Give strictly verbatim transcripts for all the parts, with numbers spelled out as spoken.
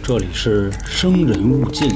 这里是生人勿近。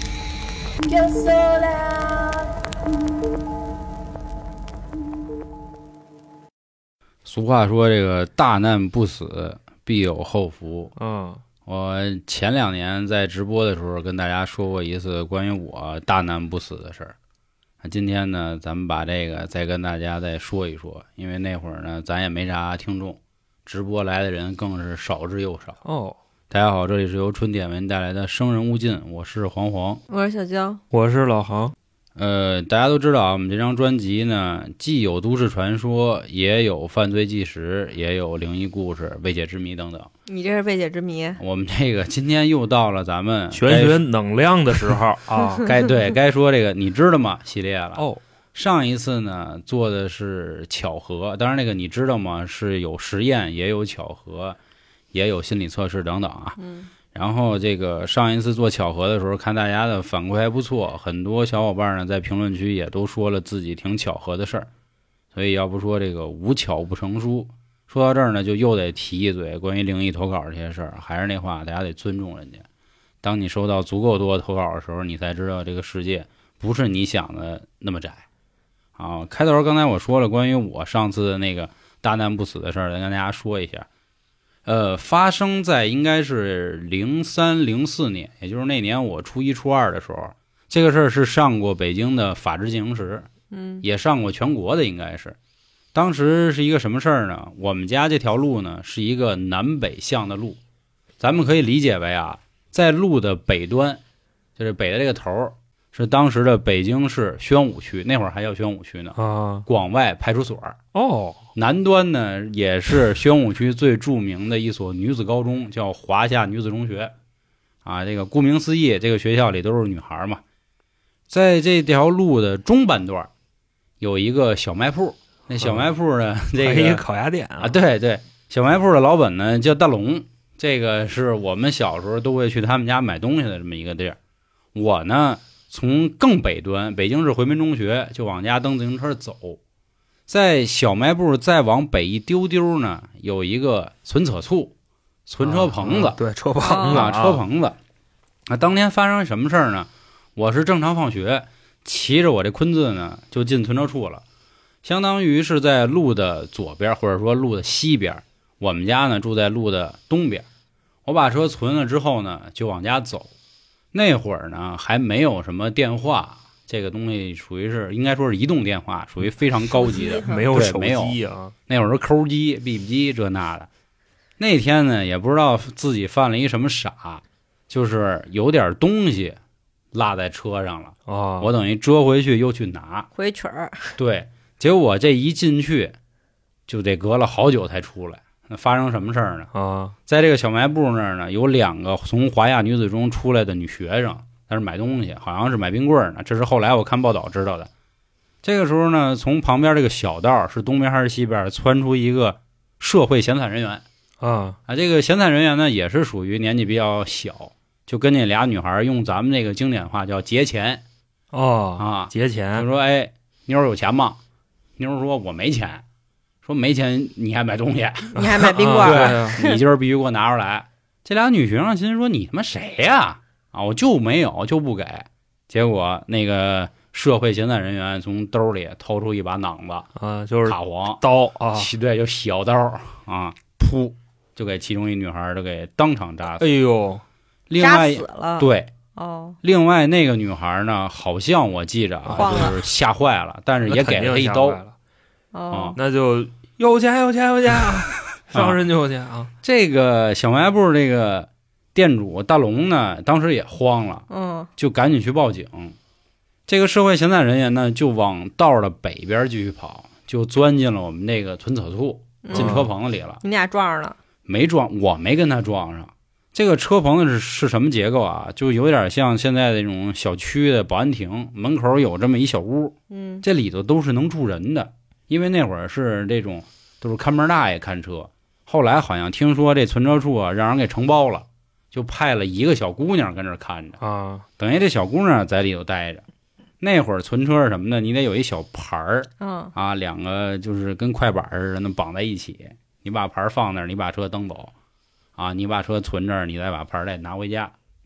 俗话说，这个大难不死，必有后福。 嗯， 我前两年在直播的时候跟大家说过一次关于我大难不死的事儿。今天呢，咱们把这个再跟大家再说一说，因为那会儿呢，咱也没啥听众，直播来的人更是少之又少。 哦， 大家好，这里是由春点文带来的生人勿近，我是黄黄， 我是小娇， 我是老航。 呃，大家都知道啊，我们这张专辑呢，既有都市传说，也有犯罪纪实，也有灵异故事、未解之谜等等。 你这是未解之谜。 我们这个今天又到了咱们玄学能量的时候啊， 该对该说这个你知道吗系列了。 哦， 上一次呢做的是巧合，当然那个你知道吗是有实验，也有巧合，也有心理测试等等啊。 嗯。 然后这个上一次做巧合的时候，看大家的反馈还不错，很多小伙伴呢在评论区也都说了自己挺巧合的事儿，所以要不说这个无巧不成书。说到这儿呢，就又得提一嘴关于灵异投稿这些事儿。还是那话，大家得尊重人家。当你收到足够多的投稿的时候，你才知道这个世界不是你想的那么窄。啊，开头刚才我说了关于我上次的那个大难不死的事儿，再跟大家说一下。呃，发生在应该是零三零四年，也就是那年我初一初二的时候，这个事儿是上过北京的法制进行时， 嗯， 也上过全国的，应该是。当时是一个什么事儿呢？我们家这条路呢是一个南北向的路，咱们可以理解为啊，在路的北端，就是北的这个头是当时的北京市宣武区，那会儿还叫宣武区呢啊， 广外派出所。 哦， 南端呢也是宣武区最著名的一所女子高中，叫华夏女子中学。啊，这个顾名思义，这个学校里都是女孩嘛。在这条路的中半段有一个小卖铺，那小卖铺呢，嗯、这个一个烤鸭店 啊, 啊，对对，小卖铺的老板呢叫大龙，这个是我们小时候都会去他们家买东西的这么一个地儿。我呢从更北端北京市回民中学就往家蹬自行车走，在小卖部再往北一丢丢呢，有一个存车处，存车棚子， 啊啊、对，车棚子， 啊，车棚子。啊，当天发生什么事儿呢？我是正常放学，骑着我这坤字呢，就进存车处了，相当于是在路的左边，或者说路的西边。我们家呢住在路的东边。我把车存了之后呢，就往家走。那会儿呢，还没有什么电话。这个东西属于是应该说是移动电话，属于非常高级的， 没有手机啊。 那会儿是抠机、B B 机这那的。那天呢，也不知道自己犯了一什么傻，就是有点东西落在车上了。 哦， 我等于折回去又去拿回曲儿。 对，结果我这一进去，就得隔了好久才出来。那发生什么事儿呢？ 啊， 在这个小卖部那儿呢，有两个从华夏女子中出来的女学生。但是买东西好像是买冰棍呢，这是后来我看报道知道的。这个时候呢，从旁边这个小道是东边还是西边窜出一个社会闲散人员啊啊，这个闲散人员呢也是属于年纪比较小，就跟那俩女孩用咱们那个经典话叫劫钱哦啊， 劫钱， 就说哎，妞有钱吗？妞说我没钱，说没钱你还买东西， 你还买冰棍、 啊、对，你今儿必须给我拿出来。这俩女学生心说你他妈谁呀？啊，我就没有，就不给。结果那个社会闲散人员从兜里掏出一把榔子啊，就是卡簧刀啊， 对，就小刀啊，噗，就给其中一女孩就给当场扎死。 哎呦， 另外扎死了。 对， 哦， 另外那个女孩呢，好像我记着啊，就是吓坏了，但是也给了一刀。 哦、 啊， 那就有钱有钱有钱啊，上人就有钱啊。 这个小卖部这个店主大龙呢，当时也慌了， 嗯， 就赶紧去报警。这个社会闲散人员呢，就往道的北边继续跑，就钻进了我们那个存车处，进车棚子里了。 你俩撞上了？ 没撞，我没跟他撞上。这个车棚子是是什么结构啊？就有点像现在那种小区的保安亭，门口有这么一小屋， 嗯， 这里头都是能住人的，因为那会儿是这种都是看门大爷看车。后来好像听说这存车处啊，让人给承包了。就派了一个小姑娘跟这看着啊， 等于这小姑娘在里头待着。那会儿存车是什么呢？你得有一小牌儿， 嗯啊，两个就是跟快板似的，那绑在一起。你把牌放那儿，你把车蹬走，啊，你把车存这儿，你再把牌再拿回家。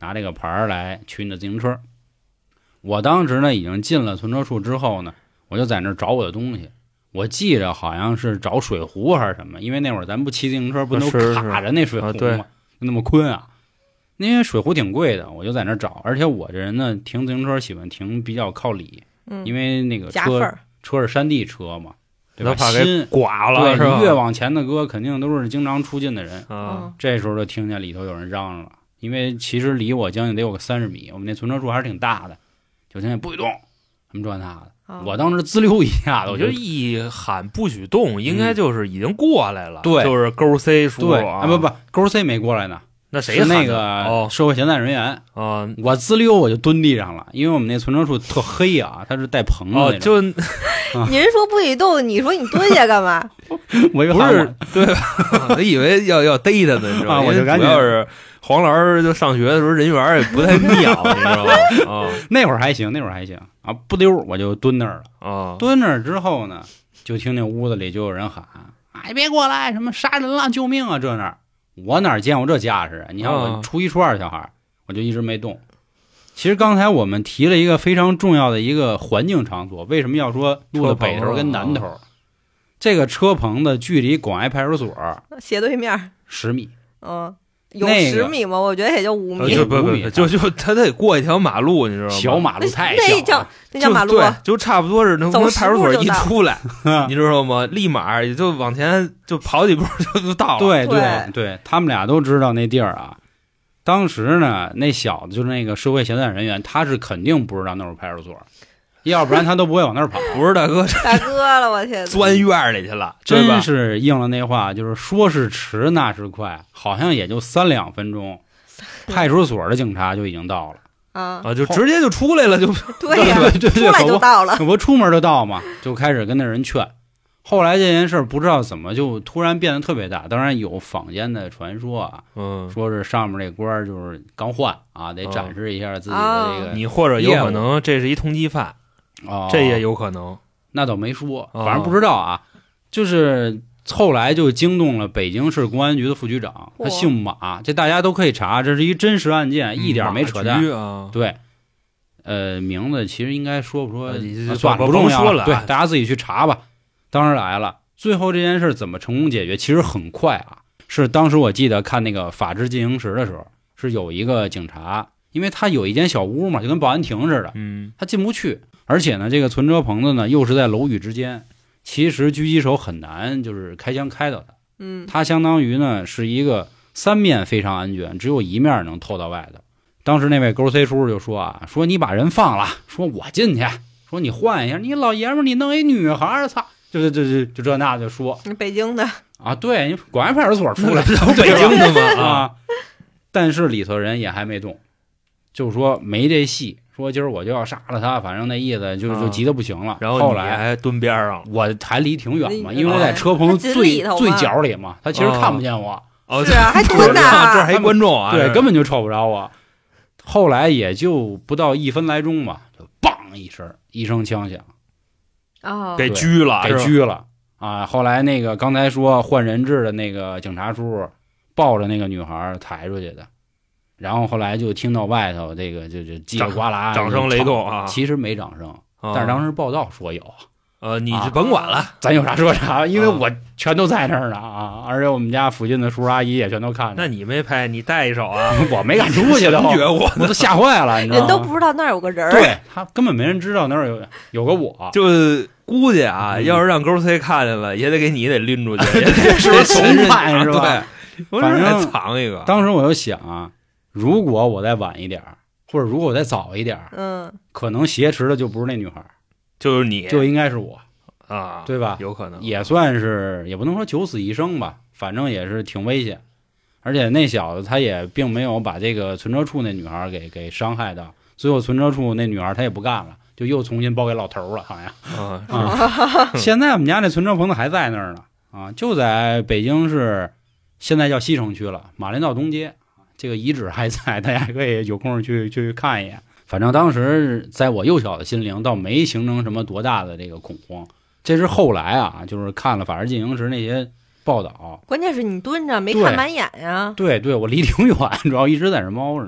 拿这个牌儿来取你的自行车。我当时呢已经进了存车处之后呢，我就在那儿找我的东西。我记着好像是找水壶还是什么，因为那会儿咱不骑自行车不都卡着那水壶吗？ 是是就那么困啊。因为水壶挺贵的，我就在那儿找。而且我这人呢，停自行车喜欢停比较靠里， 嗯， 因为那个车车是山地车嘛，对吧？ 怕给刮了， 对， 是吧？ 你越往前的哥，肯定都是经常出进的人。 啊， 这时候就听见里头有人嚷嚷了，因为其实离我将近得有个三十米，我们那存车处还是挺大的，就听见不许动，什么这那的。 哦、 我当时滋溜一下子，我就一喊不许动，应该就是已经过来了。 对、 嗯，就是勾 C 叔对啊， 啊不不，勾 C 没过来呢。 那谁是那个社会闲散人员啊、哦？ 我滋溜我就蹲地上了，因为我们那存车处特黑啊，它是带棚的哦，就、 啊、您说不许动，你说你蹲下干嘛？ 我以为不是对吧？我以为要要逮他呢，你知道吗？ 啊、我就赶紧。 主要是黄老师就上学的时候人缘也不太妙，你知道吗？啊， 那会儿还行，那会儿还行啊，不溜我就蹲那儿了啊。 蹲那儿之后呢，就听见屋子里就有人喊：“哎，别过来，什么杀人了，救命啊！”这那儿。我哪见过这架势啊？你看我初一初二小孩，我就一直没动。其实刚才我们提了一个非常重要的一个环境场所，为什么要说路的北头跟南头？这个车棚的距离广爱派出所斜对面十米。 嗯，有十米吗？我觉得也就五米。 不不不，就就他得过一条马路，你知道吗？ 小马路太小了，那叫那叫马路， 对，就差不多是能从派出所一出来，你知道吗？立马也就往前就跑几步就就到了。 对对对，他们俩都知道那地儿啊。当时呢，那小子就是那个社会闲散人员，他是肯定不知道那是派出所，要不然他都不会往那儿跑。 不是大哥， 大哥了，我天， 钻院里去了， 真是应了那话，就是说是迟那是快，好像也就三两分钟，派出所的警察就已经到了。 啊啊！就直接就出来了，就对呀、 啊，对对对， 出来就到了， 我出门就到嘛，就开始跟那人劝。后来这件事不知道怎么就突然变得特别大，当然有坊间的传说啊， 嗯， 说是上面这官就是刚换啊，得展示一下自己的这个、 哦，你或者有可能这是一通缉犯， 哦， 这也有可能， 那倒没说，反正不知道啊，哦、就是后来就惊动了北京市公安局的副局长，他姓马，这大家都可以查，这是一真实案件，一点没扯淡啊。 对，呃，名字其实应该说不说， 啊、 算了， 不重要了， 对，大家自己去查吧。当时来了，最后这件事怎么成功解决？其实很快啊，是当时我记得看那个《法制进行时》的时候，是有一个警察，因为他有一间小屋嘛，就跟保安亭似的， 嗯， 他进不去，而且呢，这个存车棚子呢又是在楼宇之间。其实狙击手很难就是开枪开到他， 嗯， 他相当于呢是一个三面非常安全，只有一面能透到外的。当时那位勾 C 叔就说啊，说你把人放了，说我进去，说你换一下，你老爷们儿你弄一女孩，操，就就就就这那就说， 北京的啊，对你广安派出所出来， 北京的嘛啊，但是里头人也还没动，就说没这戏。说今儿我就要杀了他，反正那意思就就急得不行了。 然后后来还蹲边上， 我还离挺远嘛，因为在车棚最最角里嘛，他其实看不见我。 哦， 是啊，还蹲呢， 这还观众啊， 对，根本就瞅不着我。后来也就不到一分来钟吧，就梆一声，一声枪响， 哦， 给狙了， 给狙了啊！后来那个刚才说换人质的那个警察叔抱着那个女孩抬出去的。然后后来就听到外头这个就就叽里呱啦， 掌声雷动啊！ 其实没掌声， 啊、 但是当时报道说有。 呃，你就甭管了、啊， 咱有啥说啥，因为我全都在那儿呢啊！而且我们家附近的叔叔阿姨也全都看着。 那你没拍，你带一手啊？ 我没敢出去的， 我我都吓坏了，你知道吗？ 人都不知道那儿有个人， 对他根本没人知道那儿有有个我。 就估计啊，嗯、要是让勾 C 看见了，也得给你得拎出去，也得是从判是吧？ 对，反正藏一个。 当时我就想啊。如果我再晚一点，或者如果我再早一点， 嗯， 可能挟持的就不是那女孩， 就是你， 就应该是我啊， 对吧？ 有可能， 也算是，也不能说九死一生吧，反正也是挺危险。而且那小子他也并没有把这个存车处那女孩给给伤害到，最后存车处那女孩他也不干了，就又重新包给老头了，好像啊。 啊现在我们家那存车棚子还在那儿呢，啊，就在北京市，现在叫西城区了，马连道东街。这个遗址还在，大家可以有空去去看一眼。反正当时在我幼小的心灵倒没形成什么多大的这个恐慌，这是后来啊，就是看了《法制进行时》那些报道。 关键是你蹲着没看满眼呀。 对对，我离挺远，主要一直在这猫着呢。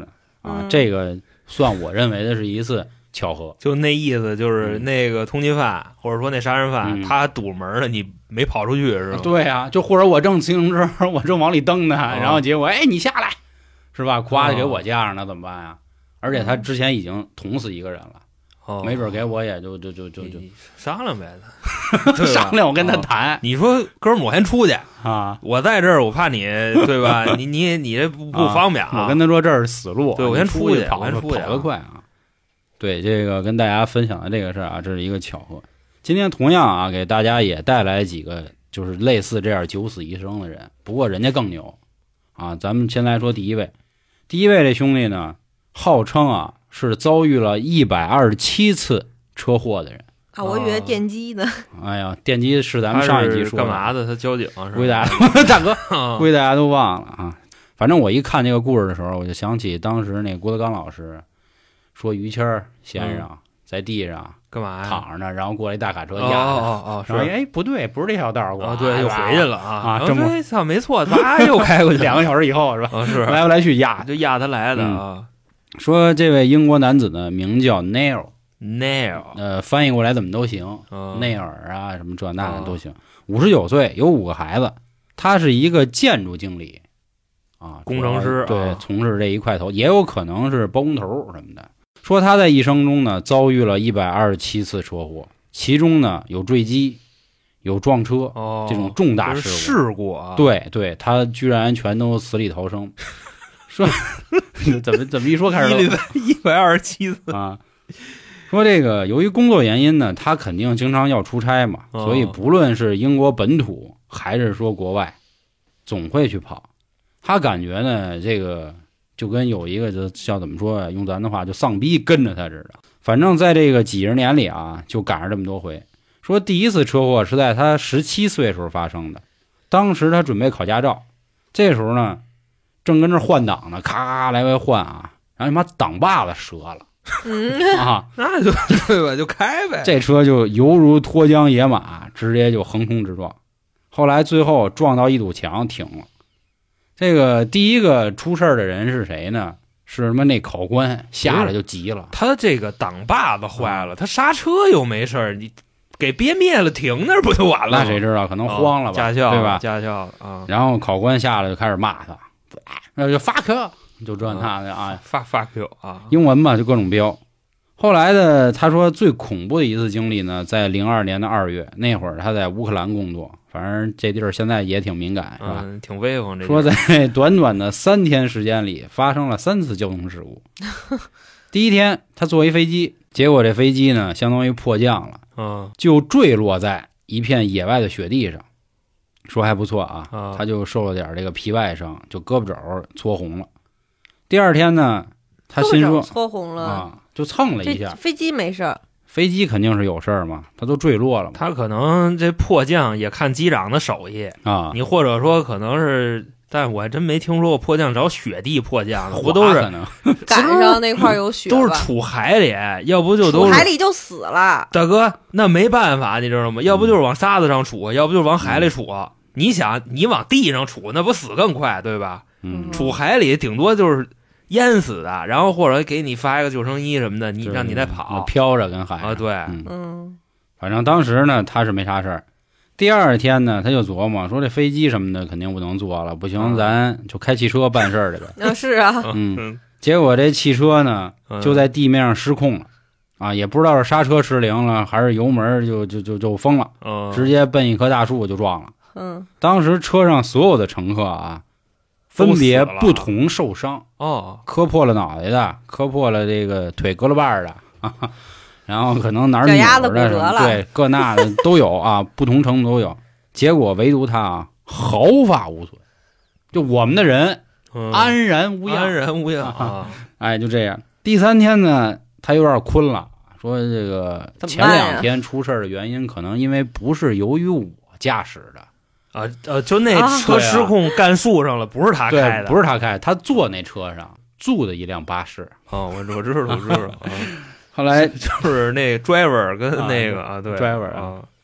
啊， 嗯这个算我认为的是一次巧合。 就那意思，就是嗯那个通缉犯、或者说那杀人犯， 嗯他堵门了，你没跑出去是吧？ 对啊，就或者我正自行车，我正往里蹬呢， 哦然后结果哎你下来，是吧？咵就给哦我架上了，怎么办呀？而且他之前已经捅死一个人了， 哦， 没准给我也就就就就就你商量呗，对吧商量，我跟他哦谈你说哥们儿，我先出去， 啊。 我在这儿，我怕你，对吧？你你你这不不方便啊。 我跟他说这是死路， 对我先你出出去跑得我先出去啊跑得快啊。对，这个跟大家分享的这个事儿啊，这是一个巧合。今天同样啊，给大家也带来几个就是类似这样九死一生的人，不过人家更牛啊。咱们先来说第一位，第一位这兄弟呢，号称啊是遭遇了一百二十七次车祸的人。 啊，我以为电击呢。 哎呀，电击是咱们上一集说干嘛的？他交警是吧？ 估计大家大哥， 啊估计大家都忘了啊。反正我一看这个故事的时候，我就想起当时那郭德纲老师说于谦儿先生在地上干嘛呀？ 躺着呢，然后过来一大卡车哦压他， 哦哦，是然后哎不对，不是这条道儿过啊，对，又回去了啊啊这么哎操，没错，他又开过去两个小时以后是吧？ 啊，是来来去压。 就压他来的啊。 说这位英国男子呢，名叫 Neil， Nail， 呃，翻译过来怎么都行， 嗯内尔啊什么这那的都行。五十九岁，有五个孩子，他是一个建筑经理啊， 工程师主要对啊， 从事这一块头，也有可能是包工头什么的。说他在一生中呢，遭遇了一百二十七次车祸，其中呢有坠机，有撞车， 哦， 这种重大就是事故。 事故啊。 对对，他居然全都死里逃生。说怎么怎么一说开始一百一百二十七次都啊？说这个由于工作原因呢，他肯定经常要出差嘛， 哦所以不论是英国本土还是说国外，总会去跑。他感觉呢，这个就跟有一个就叫怎么说呀？用咱的话就丧逼跟着他似的。反正在这个几十年里啊，就赶上这么多回。说第一次车祸是在他十七岁时候发生的，当时他准备考驾照，这时候呢，正跟这换挡呢，咔咔来回换啊，然后他妈挡把子折了。 嗯， 啊， 那就对吧？就开呗。 这车就犹如脱缰野马，直接就横冲直撞。后来最后撞到一堵墙停了。这个第一个出事的人是谁呢？是什么？那考官下来就急了。 他这个挡把子坏了，他刹车又没事儿，你给憋灭了，停那儿不就完了吗？ 那谁知道？可能慌了吧？ 哦驾校对吧？ 驾校啊， 然后考官下来就开始骂他，那就 fuck，就这那的啊， 发 fuck you 啊， 英文嘛就各种标。后来的他说最恐怖的一次经历呢，在零二年的二月，那会儿他在乌克兰工作，反正这地儿现在也挺敏感，是吧？ 嗯，挺威风。这说在短短的三天时间里发生了三次交通事故。第一天他坐一飞机，结果这飞机呢相当于迫降了， 嗯就坠落在一片野外的雪地上。说还不错啊， 啊他就受了点这个皮外伤，就胳膊肘搓红了。第二天呢，他心说搓红了， 啊，就蹭了一下。 这飞机没事儿， 飞机肯定是有事儿嘛，他都坠落了嘛。 他可能这迫降也看机长的手艺， 啊， 你或者说可能是，但我还真没听说过迫降找雪地迫降的，不都是滑可能赶上那块儿有雪吧， 都是处海里，要不就都处是海里就死了。 大哥，那没办法，你知道吗？要不就是往沙子上杵，要不就是往海里杵。你想，你往地上杵，那不死更快，对吧？ 嗯， 杵海里顶多就是淹死的，然后或者给你发一个救生衣什么的，你让你再跑飘着跟海上啊。对， 嗯， 嗯， 反正当时呢他是没啥事儿。第二天呢，他就琢磨说这飞机什么的肯定不能坐了，不行， 嗯咱就开汽车办事儿去呗。 啊是啊， 嗯嗯结果这汽车呢嗯就在地面上失控了，啊，也不知道是刹车失灵了还是油门就就就就疯了， 嗯， 直接奔一棵大树就撞了。 嗯， 当时车上所有的乘客啊，分别不同受伤， 哦， 磕破了脑袋的，磕破了这个腿胳膊绊儿的，啊，然后可能哪儿脚丫子扭着骨折了对，各那的都有啊，不同程度都有。结果唯独他啊，毫发无损，就我们的人、 嗯安然无恙， 安然无恙啊。 哎，就这样。第三天呢，他有点困了，说这个前怎么办呀两天出事儿的原因，可能因为不是由于我驾驶的。 啊呃，就那啊车失控干树上了，不是他对， 开的， 不是他开，他坐那车上租的一辆巴士。 哦，我我知道，我知道，啊后来就是那 driver 跟那个啊，对 driver 啊，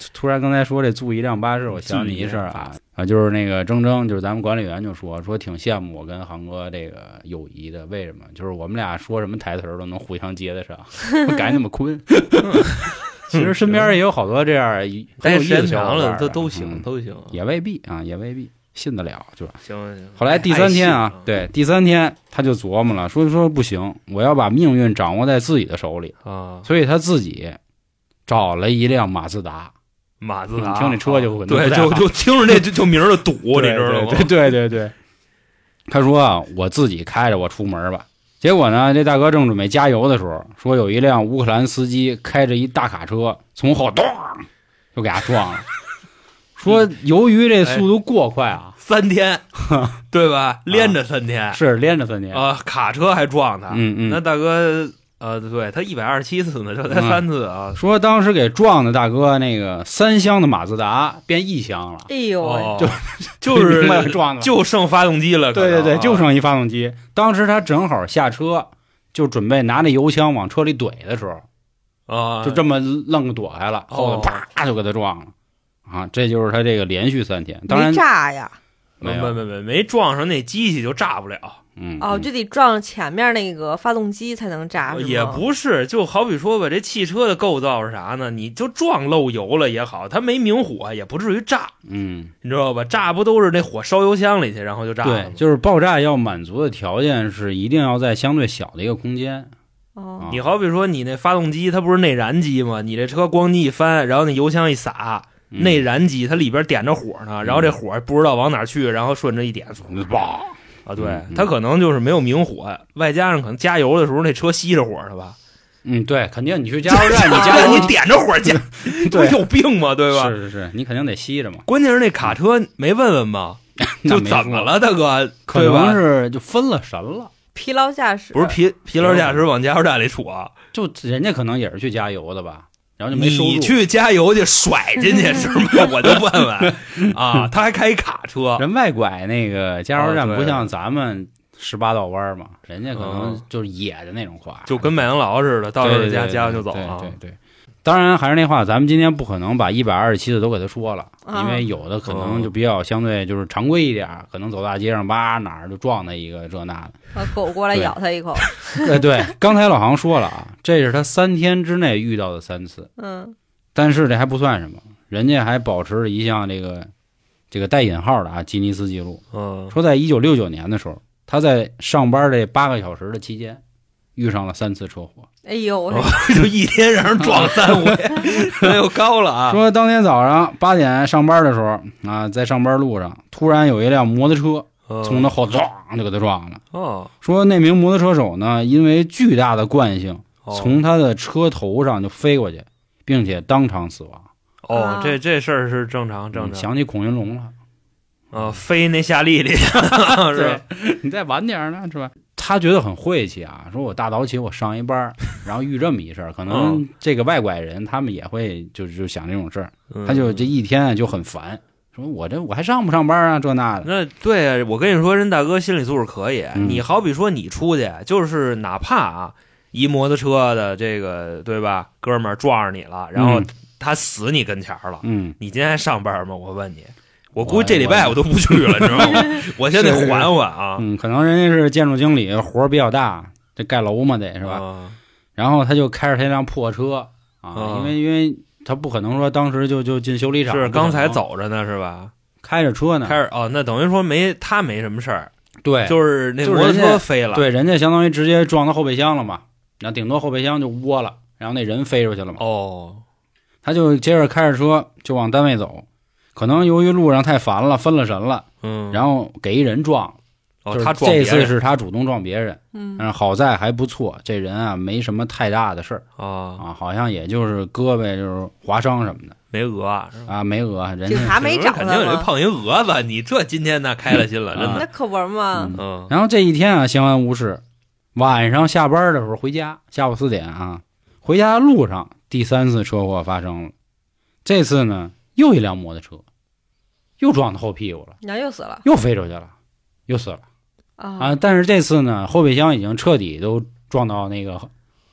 突然刚才说这租一辆巴士，我想起一事儿啊啊，就是那个铮铮，就是咱们管理员就说说挺羡慕我跟航哥这个友谊的，为什么？就是我们俩说什么台词都能互相接得上，改那么坤。其实身边也有好多这样很有意思的小伙伴， 都都行、 嗯、 都行， 也未必啊，也未必信得了，是吧？ 行行。 后来第三天啊，对，第三天他就琢磨了，说说不行，我要把命运掌握在自己的手里啊， 所以他自己找了一辆马自达。 马自达， 听这车就可能、啊、对，就就听着这就就名儿就堵，你知道吗？ 对对对对。他说啊，我自己开着我出门吧。结果呢，这大哥正准备加油的时候，说有一辆乌克兰司机开着一大卡车从后咚就给他撞了。说由于这速度过快啊， 哎、三天，对吧？连着三天， 啊、是连着三天啊，卡车还撞他。 嗯嗯， 那大哥。呃，对他一百二十七次呢，这才三次啊、 嗯！说当时给撞的大哥，那个三厢的马自达变一厢了， 哎呦， 哦、 就就是撞了， 就剩发动机了。 对对对， 啊、 就剩一发动机。当时他正好下车，就准备拿那油枪往车里怼的时候， 啊， 就这么愣个躲开了， 哦、 后头啪就给他撞了啊！这就是他这个连续三天，当然没炸呀， 没没没没没撞上那机器就炸不了。 嗯， 哦，就得撞前面那个发动机才能炸， 也不是，就好比说吧，这汽车的构造是啥呢？你就撞漏油了也好，它没明火，也不至于炸， 嗯， 你知道吧？炸不都是那火烧油箱里去，然后就炸了？ 对，就是爆炸要满足的条件是一定要在相对小的一个空间。 哦， 你好比说你那发动机它不是内燃机吗？你这车咣叽一翻，然后那油箱一撒。 嗯、 内燃机它里边点着火呢，然后这火不知道往哪去，然后顺着一点， 爆。 啊，对，它可能就是没有明火，外加上可能加油的时候那车吸着火的吧。 嗯，对，肯定你去加油站，你加油你点着火加， 对， 有病吗？对吧？ 是是是，你肯定得吸着嘛。 关键是那卡车没问问吗？就怎么了，大哥？ 可能是就分了神了， 疲劳驾驶， 不是疲疲劳驾驶往加油站里杵啊？ 就人家可能也是去加油的吧。然后就没收入， 你去加油去甩进去是吗？我就问问啊，他还开一卡车， 人外拐那个加油站不像咱们十八道弯嘛，人家可能就是野的那种滑， 就跟麦当劳似的，到这家加完就走啊。对对对，当然还是那话，咱们今天不可能把一百二十七的都给他说了， 啊、 因为有的可能就比较相对就是常规一点，可能走大街上吧哪儿就撞他一个这那的， 啊，狗过来咬他一口。 对对，刚才老航说了啊，这是他三天之内遇到的三次， 嗯， 但是这还不算什么，人家还保持了一项这个这个带引号的啊吉尼斯纪录， 嗯， 说在一九六九年的时候，他在上班这八个小时的期间，遇上了三次车祸。 哎呦， 哦、就一天让人撞三回，那又高了啊！ 说当天早上八点上班的时候啊，在上班路上，突然有一辆摩托车从他后撞就给他撞了。 哦， 说那名摩托车手呢，因为巨大的惯性， 哦、 从他的车头上就飞过去，并且当场死亡。 哦，这这事儿是正常正常。 嗯、想起孔云龙了。 啊、呃，飞那夏利里是吧？ 你再晚点呢，是吧？他觉得很晦气啊，说我大早起我上一班，然后遇这么一事儿，可能这个外拐人他们也会就就想这种事儿， 嗯、 他就这一天就很烦，说我这我还上不上班啊？这那的。 那对啊，我跟你说，人大哥心理素质可以。 嗯、 你好比说你出去，就是哪怕啊，一摩托车的这个对吧，哥们儿撞上你了，然后他死你跟前了， 嗯， 你今天还上班吗？我问你。我估计这礼拜我都不去了，你知道吗？我现在得缓缓啊。 嗯，可能人家是建筑经理，活儿比较大，这盖楼嘛得是吧？ 啊、 然后他就开着他那辆破车啊， 啊因为因为他不可能说当时就就进修理厂， 是刚才走着呢是吧？ 开着车呢， 开着哦，那等于说没他没什么事儿， 对， 就是那摩托车飞了， 对，人家相当于直接撞到后备箱了嘛，然后顶多后备箱就窝了，然后那人飞出去了嘛。 哦， 他就接着开着车就往单位走。可能由于路上太烦了，分了神了， 嗯， 然后给一人撞， 哦， 就是他撞这次是他主动撞别人， 嗯， 但是好在还不错，这人啊没什么太大的事儿啊啊，好像也就是胳膊就是划伤什么的， 没讹啊， 没讹，人家警察没找肯定有这碰一蛾子，你这今天那开了心了，真的， 那可不嘛， 嗯。 嗯， 然后这一天啊相安无事，晚上下班的时候回家，下午四点啊，回家的路上第三次车祸发生了，这次呢又一辆摩托车。又撞到后屁股了， 然后又死了， 又飞出去了，又死了啊！ 啊！但是这次呢，后备箱已经彻底都撞到那个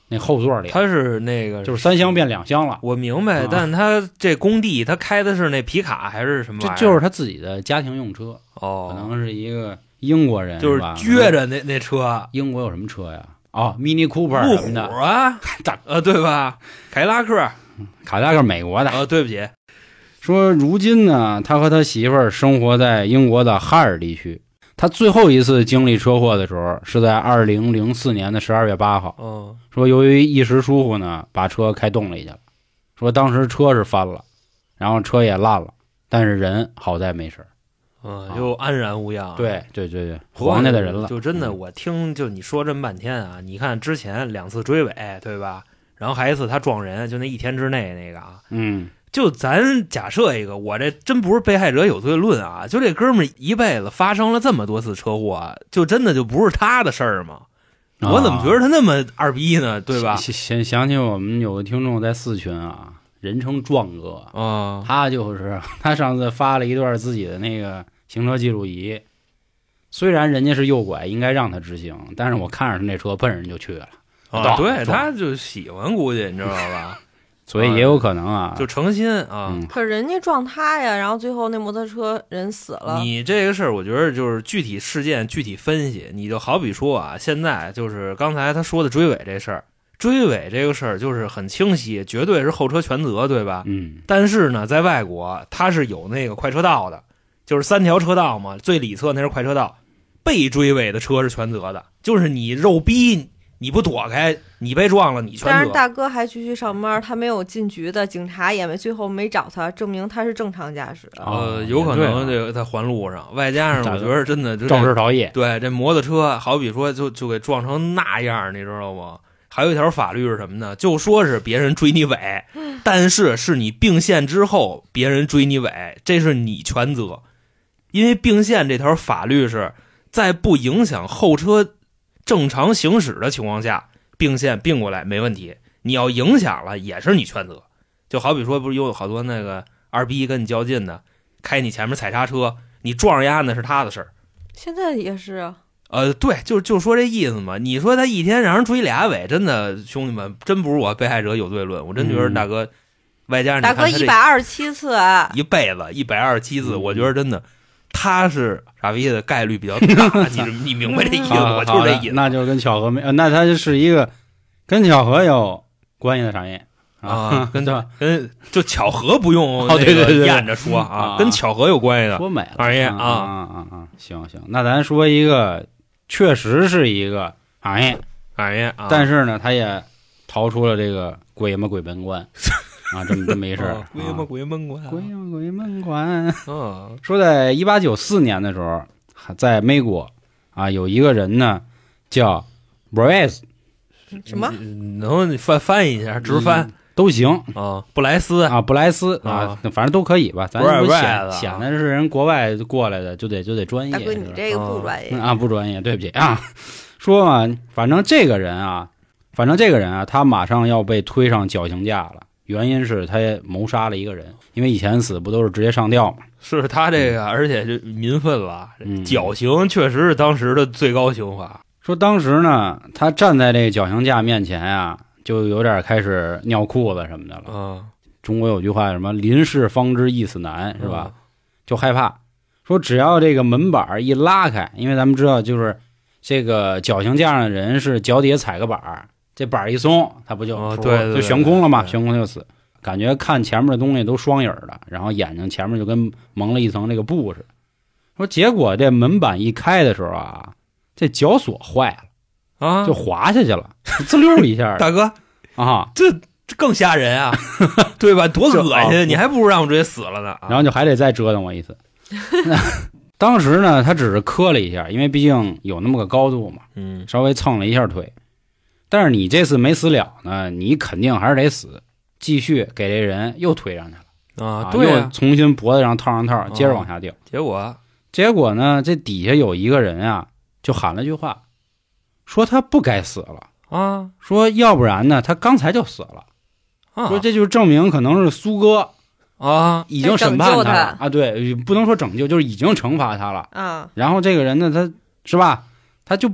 那后座里， 他是那个就是三厢变两厢了。 我明白， 啊但他这工地他开的是那皮卡还是什么这玩意儿？ 就是他自己的家庭用车， 哦， 可能是一个英国人， 就是吧撅着那那车， 英国有什么车呀？哦，Mini Cooper 路虎什么的， 啊，呃，对吧？凯迪拉克， 卡迪拉克美国的。 呃，对不起， 说如今呢，他和他媳妇儿生活在英国的哈尔地区。他最后一次经历车祸的时候是在二零零四年的十二月八号。 嗯， 说由于一时疏忽呢，把车开洞里去了。说当时车是翻了，然后车也烂了，但是人好在没事。 嗯，就安然无恙。 对对对对，皇家的人了。 就真的， 嗯我听就你说这么半天啊，你看之前两次追尾，对吧？然后还一次他撞人，就那一天之内那个啊， 嗯， 就咱假设一个，我这真不是被害者有罪论啊，就这哥们儿一辈子发生了这么多次车祸，就真的就不是他的事儿吗？ 啊我怎么觉得他那么二逼呢？对吧？ 想想起我们有个听众在四群啊，人称壮哥， 啊， 他就是他上次发了一段自己的那个行车记录仪，虽然人家是右拐，应该让他直行，但是我看着他那车奔人就去了， 啊，对， 撞他就喜欢，估计你知道吧？ 所以也有可能啊， 就诚心啊。 嗯可人家撞他呀，然后最后那摩托车人死了。 你这个事儿，我觉得就是具体事件具体分析。你就好比说啊，现在就是刚才他说的追尾这事儿，追尾这个事儿就是很清晰，绝对是后车全责，对吧？ 嗯但是呢，在外国它是有那个快车道的，就是三条车道嘛，最里侧那是快车道，被追尾的车是全责的，就是你肉逼你不躲开，你被撞了，你全责。 但是大哥还继续上班，他没有进局的，警察也没最后没找他，证明他是正常驾驶。 哦呃，有可能也对啊这个在环路上，外加上我觉得真的就肇事逃逸。 对，这摩托车好比说就就给撞成那样，你知道吗？还有一条法律是什么呢？就说是别人追你尾，但是是你并线之后别人追你尾，这是你全责。因为并线这条法律是在不影响后车正常行驶的情况下，并线并过来没问题。你要影响了，也是你全责。就好比说，不是有好多那个二逼跟你较劲的，开你前面踩刹车，你撞人家那是他的事儿。 现在也是啊， 呃，对，就就说这意思嘛。你说他一天让人追俩尾，真的兄弟们，真不是我被害者有罪论。我真觉得大哥，外加上大哥一百二十七次啊， 一辈子一百二十七次，我觉得真的他是傻逼的概率比较大。你你明白这意思？我就是这意思。 那就跟巧合没，呃那他就是一个跟巧合有关系的产业啊，跟对吧？ 跟就巧合不用哦那个对对对对验着说啊， 啊跟巧合有关系的。 说美了， 行业啊啊啊啊啊！行行，那咱说一个，确实是一个行业， 行业啊， 但是呢，他也逃出了这个鬼嘛鬼门关啊，这么这么一事儿哦。鬼嘛鬼门关， 鬼嘛鬼门关。 嗯说在一八九四年的时候，在美国啊，有一个人呢叫 Bryce， 什么？ 能翻翻译一下，直翻都行啊，布莱斯啊，布莱斯啊，反正都可以吧。咱不显显得是人国外过来的，就得就得专业。 大哥，你这个不专业啊，不专业，对不起啊。说嘛，反正这个人啊，反正这个人啊，他马上要被推上绞刑架了。原因是他谋杀了一个人，因为以前死不都是直接上吊嘛？ 是他这个，而且就民愤了， 嗯绞刑确实是当时的最高刑罚。 说当时呢，他站在这个绞刑架面前啊，就有点开始尿裤子什么的了。 嗯， 中国有句话什么“临事方知易死难”是吧？ 嗯就害怕。说只要这个门板一拉开，因为咱们知道就是这个绞刑架上的人是脚底下踩个板儿，这板儿一松，他不就、 哦对对对就悬空了嘛？ 对悬空就死。感觉看前面的东西都双影的，然后眼睛前面就跟蒙了一层这个布似的。说结果这门板一开的时候啊，这脚锁坏了， 啊， 就滑下去了，滋溜一下大哥啊， 这这更吓人啊，对吧？多恶啊心！你还不如让我直接死了呢。啊然后就还得再折腾我一次。当时呢，他只是磕了一下，因为毕竟有那么个高度嘛， 嗯稍微蹭了一下腿。但是你这次没死了呢，你肯定还是得死，继续给这人又推上去了啊， 啊， 对啊， 又重新脖子上套上套，接着往下掉。 结果结果呢，这底下有一个人啊，就喊了句话，说他不该死了， 啊说要不然呢，他刚才就死了。 啊说这就证明可能是苏哥啊已经审判在拯救他了啊，对，不能说拯救，就是已经惩罚他了。 啊， 然后这个人呢，他是吧，他就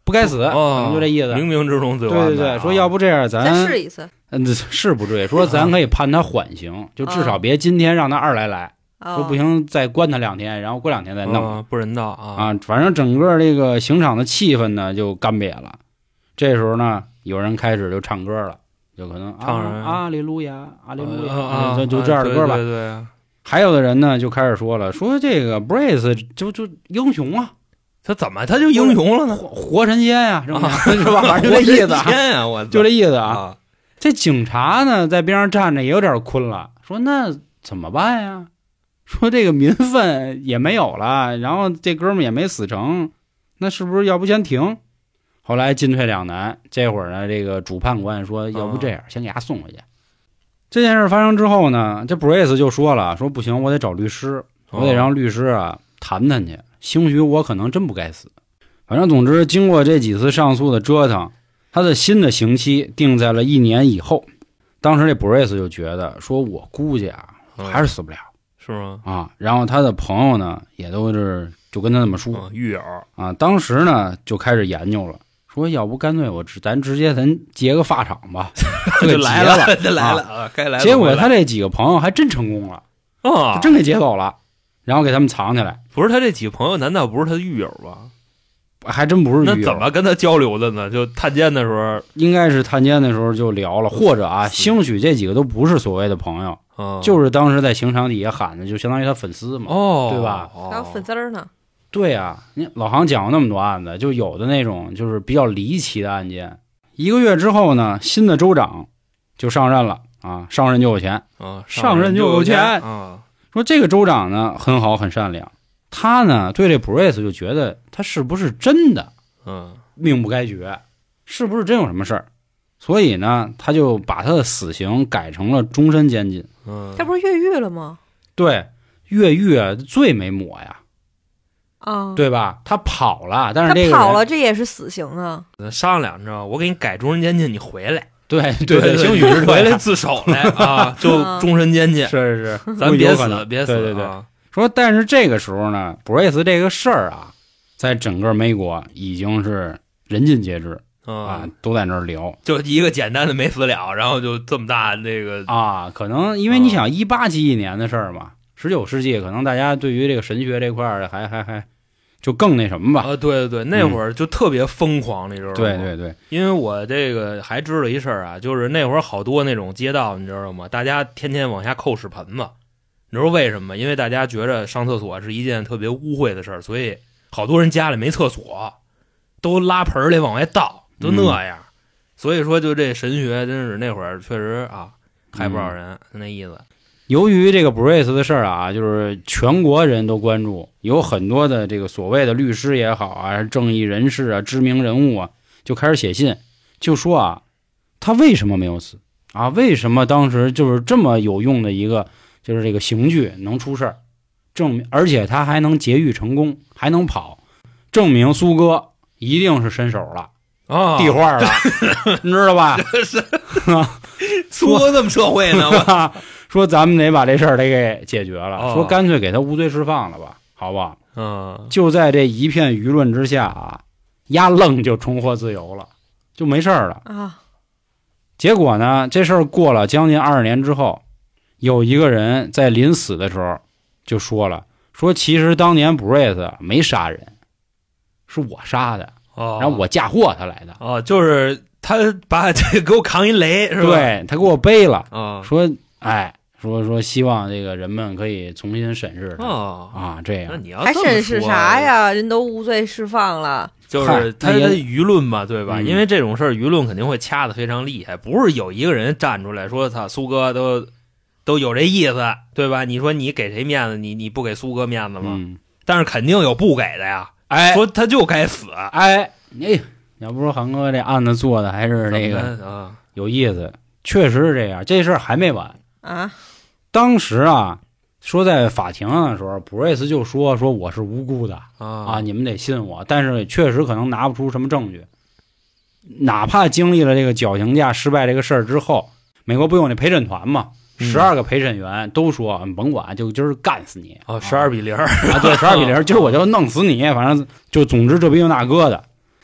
不该死， 哦、 可能就这意思。 冥冥之中最有安排。 对对对，说要不这样咱再试一次。 嗯，是不至于。说咱可以判他缓刑，就至少别今天让他二来来。 哦、 说不行，再关他两天，然后过两天再弄， 哦、不人道啊啊！反正整个这个刑场的气氛呢就干瘪了。这时候呢，有人开始就唱歌了，就可能唱人啊，阿利路亚，阿利路亚， 啊、 就就这样的歌吧。 啊、对, 对, 对, 对。 还有的人呢就开始说了，说这个 Brace 就就英雄啊， 他怎么他就英雄了呢？ 活活神仙呀、啊，是吧？ 反正就这意思啊，我就这意思啊。 啊这警察呢在边上站着也有点困了，说那怎么办呀？说这个民愤也没有了，然后这哥们也没死成，那是不是要不先停？后来进退两难，这会儿呢，这个主判官说，要不这样，先给他送回去。这件事发生之后呢，这 Brace 就说了，说不行，我得找律师，我得让律师啊谈谈去，兴许我可能真不该死。反正总之，经过这几次上诉的折腾，他的新的刑期定在了一年以后。当时这 Brace 就觉得，说我估计啊，还是死不了。 是吗？ 啊，然后他的朋友呢，也都是就跟他这么说， 嗯、狱友啊，当时呢就开始研究了，说要不干脆我咱直接咱结个发场吧， 就来了， 就来了啊，该来。 结果他这几个朋友还真成功了， 啊， 真给劫走了，然后给他们藏起来。 不是他这几个朋友，难道不是他的狱友吧？ 还真不是狱友。 那怎么跟他交流的呢？就探监的时候， 应该是探监的时候就聊了，或者啊，兴许这几个都不是所谓的朋友。 嗯、 就是当时在刑场底下喊的，就相当于他粉丝嘛， 哦， 对吧？ 还有粉丝儿呢。 对啊，你老杭讲过那么多案子，就有的那种就是比较离奇的案件。一个月之后呢，新的州长就上任了啊，上任就有钱啊， 上任就有钱啊。 说这个州长呢很好，很善良，他呢对这 Brace 就觉得他是不是真的， 嗯， 命不该绝，是不是真有什么事儿？所以呢，他就把他的死刑改成了终身监禁。 嗯， 他不是越狱了吗？ 对，越狱罪没抹呀， 啊， 对吧？他跑了，但是这个他跑了，这也是死刑啊。 商量着，我给你改终身监禁，你回来。 对对对，兴许是回来自首来啊，就终身监禁。 是是是， 咱别死，别死。 对对对， 啊、 说但是这个时候呢，Brace 这个事儿啊，在整个美国已经是人尽皆知。啊，都在那儿聊， 就一个简单的没死了，然后就这么大这个啊，可能因为你想一八几几年的事儿嘛，十九世纪可能大家对于这个神学这块儿还还还就更那什么吧？ 啊，对对对，那会儿就特别疯狂，你知道吗？ 对对对， 因为我这个还知道一事儿啊，就是那会儿好多那种街道，你知道吗？大家天天往下扣屎盆子，你知道为什么？因为大家觉着上厕所是一件特别污秽的事儿，所以好多人家里没厕所，都拉盆里往外倒。都那样、嗯，所以说就这神学真是那会儿确实啊害不少人、嗯、那意思。 由于这个 Brace 的事儿啊，就是全国人都关注，有很多的这个所谓的律师也好啊，正义人士啊，知名人物啊，就开始写信，就说啊，他为什么没有死啊？为什么当时就是这么有用的一个就是这个刑具能出事儿？证明，而且他还能劫狱成功，还能跑，证明苏哥一定是伸手了。 哦， 地画了，你知道吧？ 是苏哥这么社会呢？ 说咱们得把这事儿得给解决了， 哦、 说干脆给他无罪释放了吧，好不好？ 嗯， 就在这一片舆论之下啊，丫愣就重获自由了，就没事了啊。 结果呢，这事儿过了将近二十年之后，有一个人在临死的时候就说了，说其实当年 Brace 没杀人，是我杀的。 哦， 然后我嫁祸他来的哦，就是他把这个给我扛一雷是吧？ 对，他给我背了啊、哦， 说哎，说说希望这个人们可以重新审视他、 哦、 啊，这样那你要还审视啥呀？人都无罪释放了， 就是他的舆论嘛，对吧、 嗯？ 因为这种事儿，舆论肯定会掐得非常厉害，不是有一个人站出来说他苏哥都都有这意思，对吧？你说你给谁面子？你你不给苏哥面子吗？ 嗯、 但是肯定有不给的呀。 哎， 说他就该死， 哎，你要不说韩哥这案子做的还是那个啊有意思，确实是这样。这事儿还没完啊！ 当时啊，说在法庭上的时候，普瑞斯就说说我是无辜的啊啊，你们得信我。但是确实可能拿不出什么证据。哪怕经历了这个绞刑架失败这个事儿之后，美国不有那陪审团嘛？十二个陪审员都说，嗯、甭管，就今儿干死你哦，十二比零啊， 对，十二比零，今儿我就弄死你，反正就总之这逼又那哥的。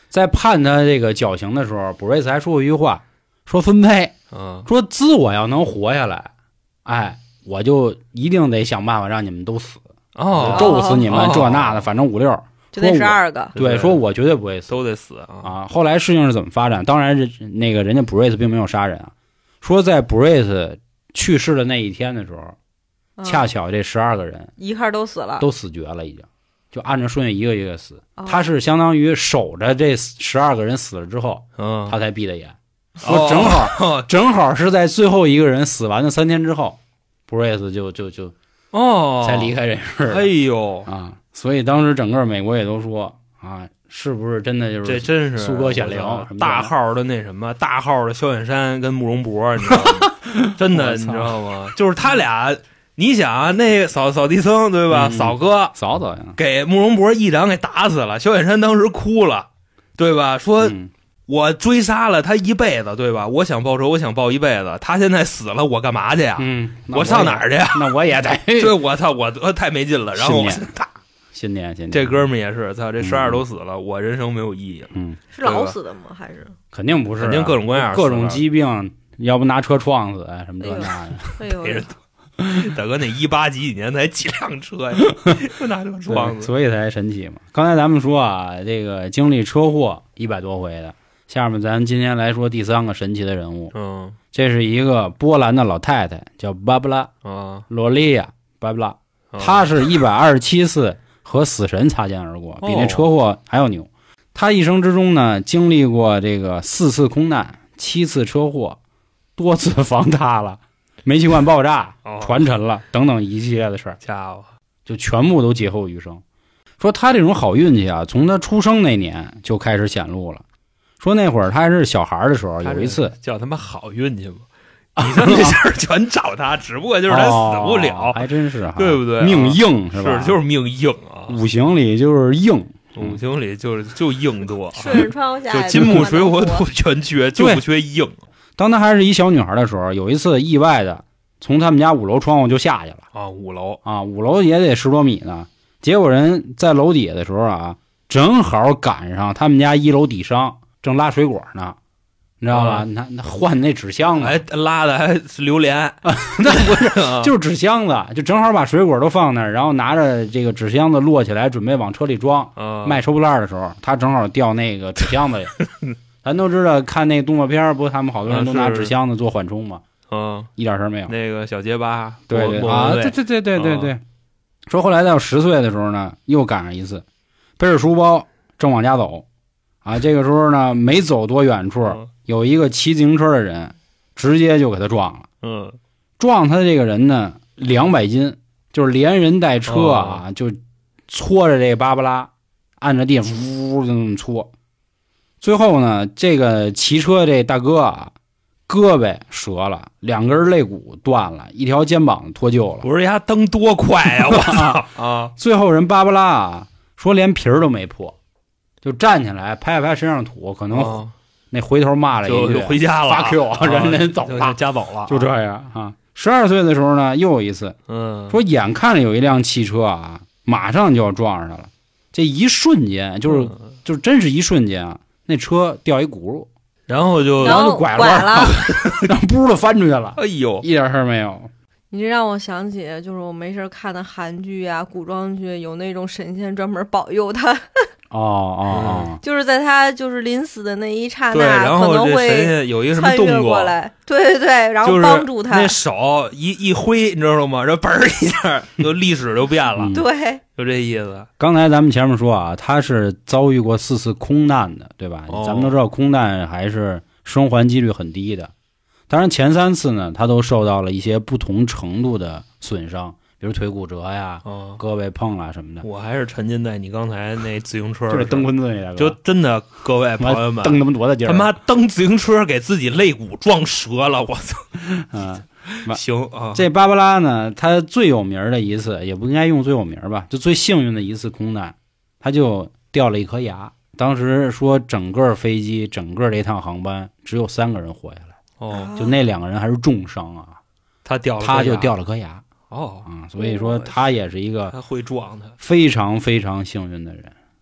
在判他这个绞刑的时候，布瑞斯还说过一句话，说分配， 嗯， 说自我要能活下来，哎，我就一定得想办法让你们都死， 哦， 咒死你们、 哦、 这那的，反正五六。 就那十二个， 对，说我绝对不会死， 都得死啊！ 啊，后来事情是怎么发展？当然，那个人家布瑞斯并没有杀人啊。说在布瑞斯去世的那一天的时候， 嗯、 恰巧这十二个人一块都死了， 都死绝了，已经就按照顺序一个一个死。 哦、 他是相当于守着这十二个人死了之后， 嗯， 他才闭的眼。说正好、 哦、 正好是在最后一个人死完的三天之后，布瑞斯就就就哦才离开人世。 哎呦啊！所以当时整个美国也都说。啊，是不是真的就是这真是苏哥显灵？ 大号的那什么，大号的萧远山跟慕容博，你知道吗？真的，你知道吗？就是他俩，你想啊，那个扫扫地僧对吧？ 嗯、 扫哥扫扫呀， 给慕容博一掌给打死了。萧远山当时哭了，对吧？说、 嗯、 我追杀了他一辈子，对吧？我想报仇，我想报一辈子。他现在死了，我干嘛去呀？ 嗯， 我上哪儿去呀？ 那我也得， 对，我操，我太没劲了。然后我打。 新年，新年， 这哥们也是，操，这十二都死了、嗯，我人生没有意义了。 嗯， 是老死的吗？还是肯定不是、啊， 肯定各种各样， 各种疾病，要不拿车撞死啊，什么这那的。 哎呦，哎呦大哥，那一八几几年才几辆车呀？不拿车撞死， 所以才神奇嘛。刚才咱们说啊，这个经历车祸一百多回的，下面咱今天来说第三个神奇的人物。 嗯， 这是一个波兰的老太太，叫芭布拉啊， 罗利亚芭布拉，她是一百二十七次。和死神擦肩而过，比那车祸还要牛。他一生之中呢，经历过这个四次空难、七次车祸、多次房塌了、煤气罐爆炸、船沉了等等一系列的事儿， 家伙就全部都劫后余生。说他这种好运气啊，从他出生那年就开始显露了。说那会儿他还是小孩的时候，有一次叫他妈好运气吧。你说这事儿全找他，只不过就是他死不了， 哦、还真是哈， 对不对、啊？ 命硬是吧？ 是，就是命硬啊！ 五行里就是硬， 五行里就是就硬多， 顺着窗户下， 就金木水火土全缺，就不缺硬。 当她还是一小女孩的时候，有一次意外的从他们家五楼窗户就下去了啊，五楼啊，五楼也得十多米呢。结果人在楼底下的时候啊，正好赶上他们家一楼底商正拉水果呢。你知道吧？那、嗯、那换那纸箱子， 还拉的还是榴莲，那不是、啊， 就是纸箱子，就正好把水果都放那儿，然后拿着这个纸箱子摞起来，准备往车里装。 嗯、 卖收破烂的时候，他正好掉那个纸箱子里。咱都知道，看那动作片，不，他们好多人都拿纸箱子做缓冲嘛。 嗯， 一点事儿没有。 那个小结巴， 对对啊，对对对对对对。嗯、说后来到十岁的时候呢，又赶上一次，背着书包正往家走，啊，这个时候呢，没走多远处。嗯有一个骑自行车的人，直接就给他撞了。 嗯， 撞他的这个人呢，两百斤，就是连人带车啊，哦、就搓着这个芭芭拉，按着地呜就那么搓。最后呢，这个骑车这大哥啊，胳膊折了，两根肋骨断了，一条肩膀脱臼了。 不是呀，蹬多快呀！我操啊！ 最后人芭芭拉啊，说连皮儿都没破，就站起来拍了拍身上土，可能。哦那回头骂了一句， 就回家了， 发 Q 啊，人人走了， 家走了， 就这样啊。十二岁的时候呢，又有一次， 嗯， 说眼看着有一辆汽车啊，马上就要撞上他了，这一瞬间就是、嗯、就真是一瞬间啊，那车掉一轱辘， 然后就然后就拐了弯了， 然后噗的翻出去了， 哎呦， 一点事儿没有。 你这让我想起，就是我没事看的韩剧啊、古装剧，有那种神仙专门保佑他。 哦哦哦， 就是在他就是临死的那一刹那， 对，然后可能会神仙有一个什么动作过来，对对对，然后帮助他， 就是、那手一一挥，你知道吗？这嘣儿一下，就历史就变了， 嗯、 对， 就这意思。 刚才咱们前面说啊，他是遭遇过四次空难的，对吧？哦、咱们都知道空难还是生还几率很低的，当然前三次呢，他都受到了一些不同程度的损伤。比如腿骨折呀，哦、胳膊碰了什么的。 我还是沉浸在你刚才那自行车， 就是蹬棍子那个， 就真的各位朋友们， 蹬他妈多大劲儿！ 他妈蹬自行车给自己肋骨撞折了，我操！ 嗯， 行啊。 这芭芭拉呢，他最有名的一次，也不应该用最有名吧，就最幸运的一次空难，他就掉了一颗牙。当时说整个飞机、整个这趟航班只有三个人活下来， 哦， 就那两个人还是重伤啊， 他掉了， 他就掉了颗牙。 哦， 啊、嗯，所以说他也是一个他会撞他非常非常幸运的人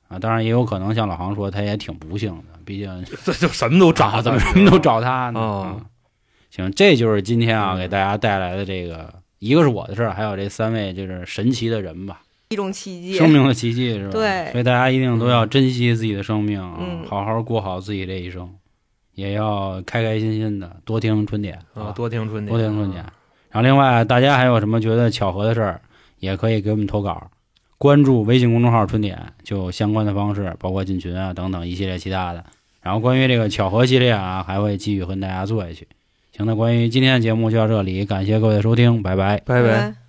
啊。当然也有可能像老航说，他也挺不幸的，毕竟这就什么都找， 怎么什么都找他呢。 哦、 啊行，这就是今天啊给大家带来的这个，一个是我的事儿，还有这三位就是神奇的人吧， 一种奇迹， 生命的奇迹是吧？ 对， 所以大家一定都要珍惜自己的生命啊， 嗯、 好好过好自己这一生，也要开开心心的多听春点啊，多听春点， 多听春点。然后另外大家还有什么觉得巧合的事儿，也可以给我们投稿，关注微信公众号春点，就相关的方式，包括进群啊等等一系列其他的。然后关于这个巧合系列啊，还会继续跟大家做下去。行，那关于今天的节目就到这里，感谢各位的收听，拜拜， 拜拜。 拜拜。